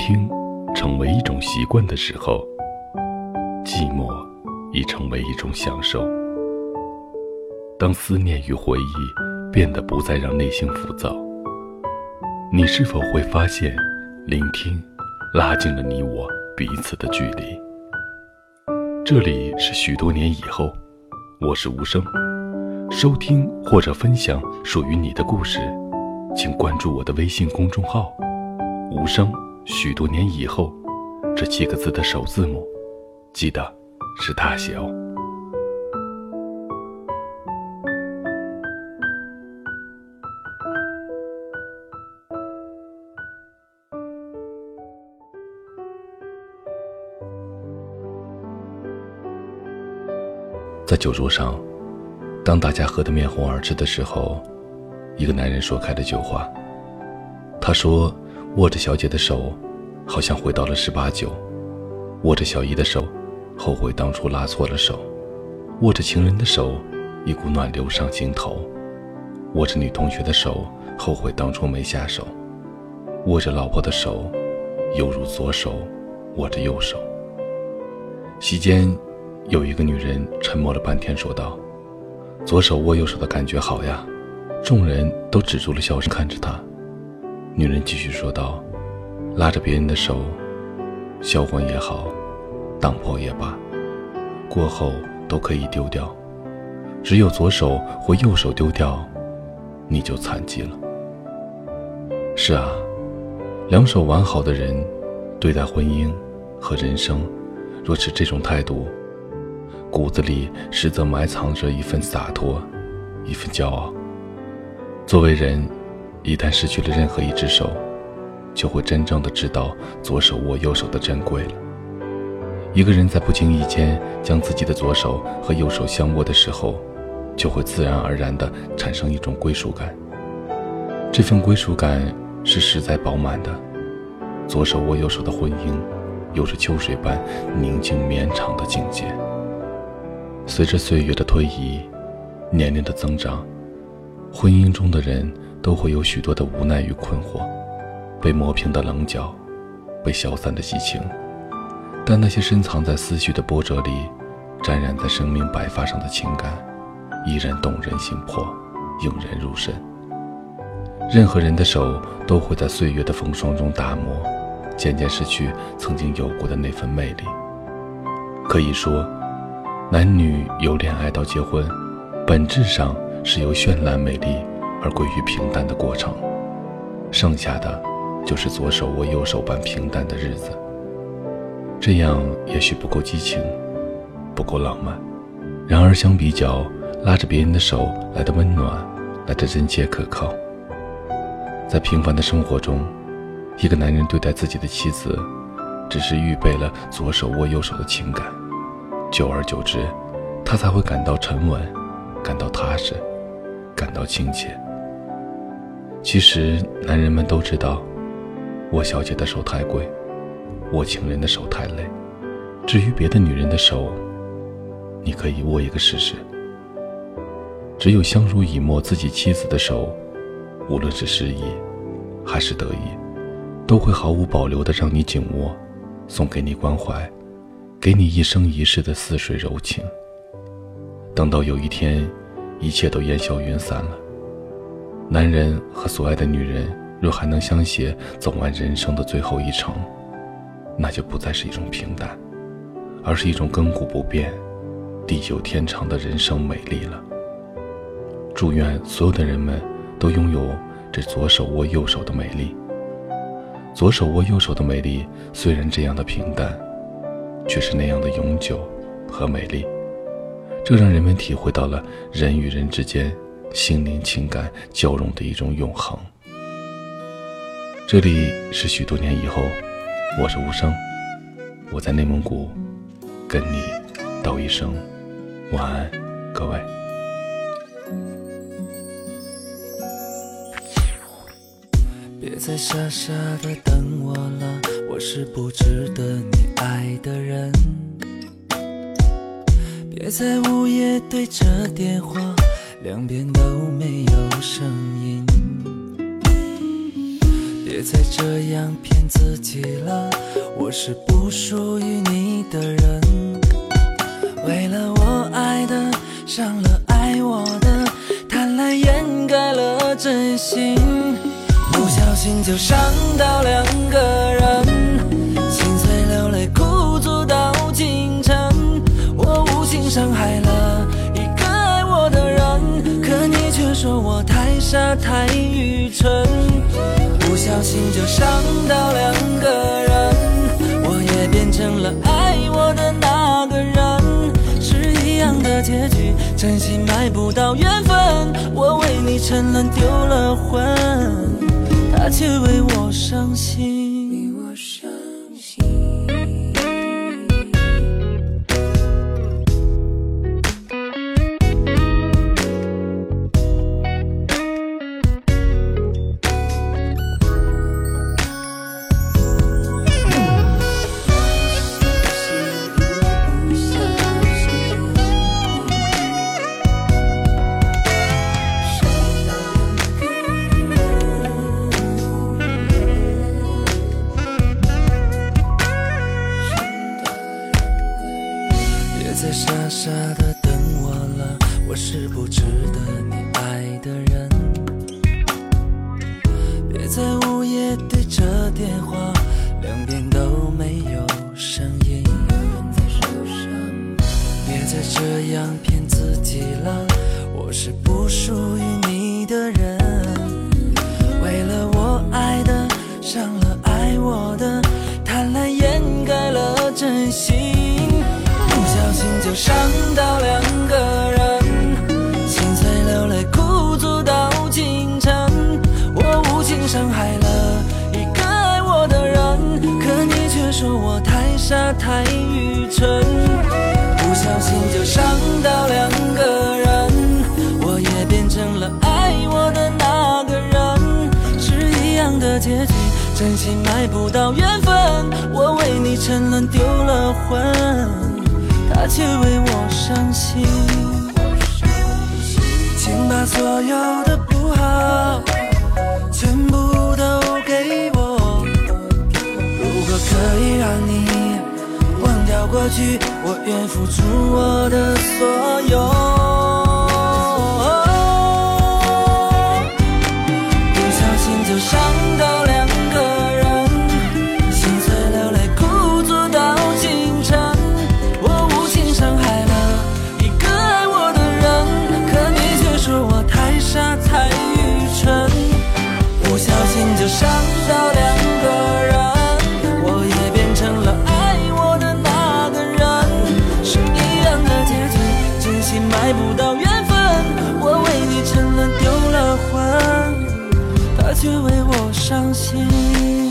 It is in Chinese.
听成为一种习惯的时候，寂寞已成为一种享受。当思念与回忆变得不再让内心浮躁，你是否会发现，聆听拉近了你我彼此的距离？这里是许多年以后，我是无声。收听或者分享属于你的故事，请关注我的微信公众号无声许多年以后，这7个字的首字母记得是大写哦。在酒桌上，当大家喝得面红耳赤的时候，一个男人说开了酒话。他说，握着小姐的手好像回到了18、9，握着小姨的手后悔当初拉错了手，握着情人的手一股暖流上心头，握着女同学的手后悔当初没下手，握着老婆的手犹如左手握着右手。席间有一个女人沉默了半天说道，左手握右手的感觉好呀。众人都止住了笑声看着她。女人继续说道，拉着别人的手，销魂也好，当破也罢，过后都可以丢掉，只有左手或右手丢掉，你就残疾了。是啊，两手完好的人对待婚姻和人生，若持这种态度，骨子里实则埋藏着一份洒脱，一份骄傲。作为人，一旦失去了任何一只手，就会真正的知道左手握右手的珍贵了。一个人在不经意间将自己的左手和右手相握的时候，就会自然而然地产生一种归属感。这份归属感是实在饱满的。左手握右手的婚姻有着秋水般宁静绵长的境界。随着岁月的推移，年龄的增长，婚姻中的人都会有许多的无奈与困惑，被磨平的棱角，被消散的激情，但那些深藏在思绪的波折里，沾染在生命白发上的情感，依然动人心魄，引人入胜。任何人的手都会在岁月的风霜中打磨，渐渐失去曾经有过的那份魅力。可以说，男女由恋爱到结婚，本质上是由绚烂美丽而归于平淡的过程，剩下的就是左手握右手般平淡的日子。这样也许不够激情，不够浪漫，然而相比较，拉着别人的手来得温暖，来得真切可靠。在平凡的生活中，一个男人对待自己的妻子，只是预备了左手握右手的情感，久而久之，他才会感到沉稳，感到踏实，感到亲切。其实男人们都知道，握小姐的手太贵，握情人的手太累，至于别的女人的手，你可以握一个试试。只有相濡以沫自己妻子的手，无论是失意还是得意，都会毫无保留地让你紧握，送给你关怀，给你一生一世的似水柔情。等到有一天一切都烟消云散了，男人和所爱的女人若还能相携走完人生的最后一程，那就不再是一种平淡，而是一种亘古不变、地久天长的人生美丽了。祝愿所有的人们都拥有这左手握右手的美丽。左手握右手的美丽，虽然这样的平淡，却是那样的永久和美丽。这让人们体会到了人与人之间心灵情感交融的一种永恒。这里是许多年以后，我是无声，我在内蒙古跟你道一声晚安，各位。 别再傻傻的等我了，我是不值得你爱的人。别在午夜对着电话，两边都没有声音。 别再这样骗自己了，我是不属于你的人。为了我爱的，伤了爱我的，贪婪掩盖了真心，不小心就伤到两个人，心碎流泪哭诉到清晨。我无心伤害了一个爱我的人，可你却说我太傻太愚蠢，不小心就伤到两个人，我也变成了爱我的那个人，是一样的结局，真心买不到缘分。我为你沉沦丢了魂，他却为我伤心。别再傻傻的等我了，我是不值得你爱的人。别在午夜对着电话，两边都没有声音。别再这样骗自己了，我是不属于你的人。为了我爱的，伤了爱我的，贪婪掩盖了真心，不小心就伤到两个人，心碎流泪哭诉到清晨。我无情伤害了一个爱我的人，可你却说我太傻太愚蠢，不小心就伤到两个人，我也变成了爱我的那个人，是一样的结局，真心买不到缘分。我为你沉沦丢了魂，他却为我伤心。请把所有的不好全部都给我，如果可以让你忘掉过去，我愿付出我的所有。不小心就伤到两个人，心碎流泪哭诉到清晨。我无情伤害了一个爱我的人，可你却说我太傻太愚蠢，不小心就伤到两个人，我也变成了爱我的那个人，是一样的结局，真心买不到缘分。我为你沉沦丢了魂，他却为我伤心。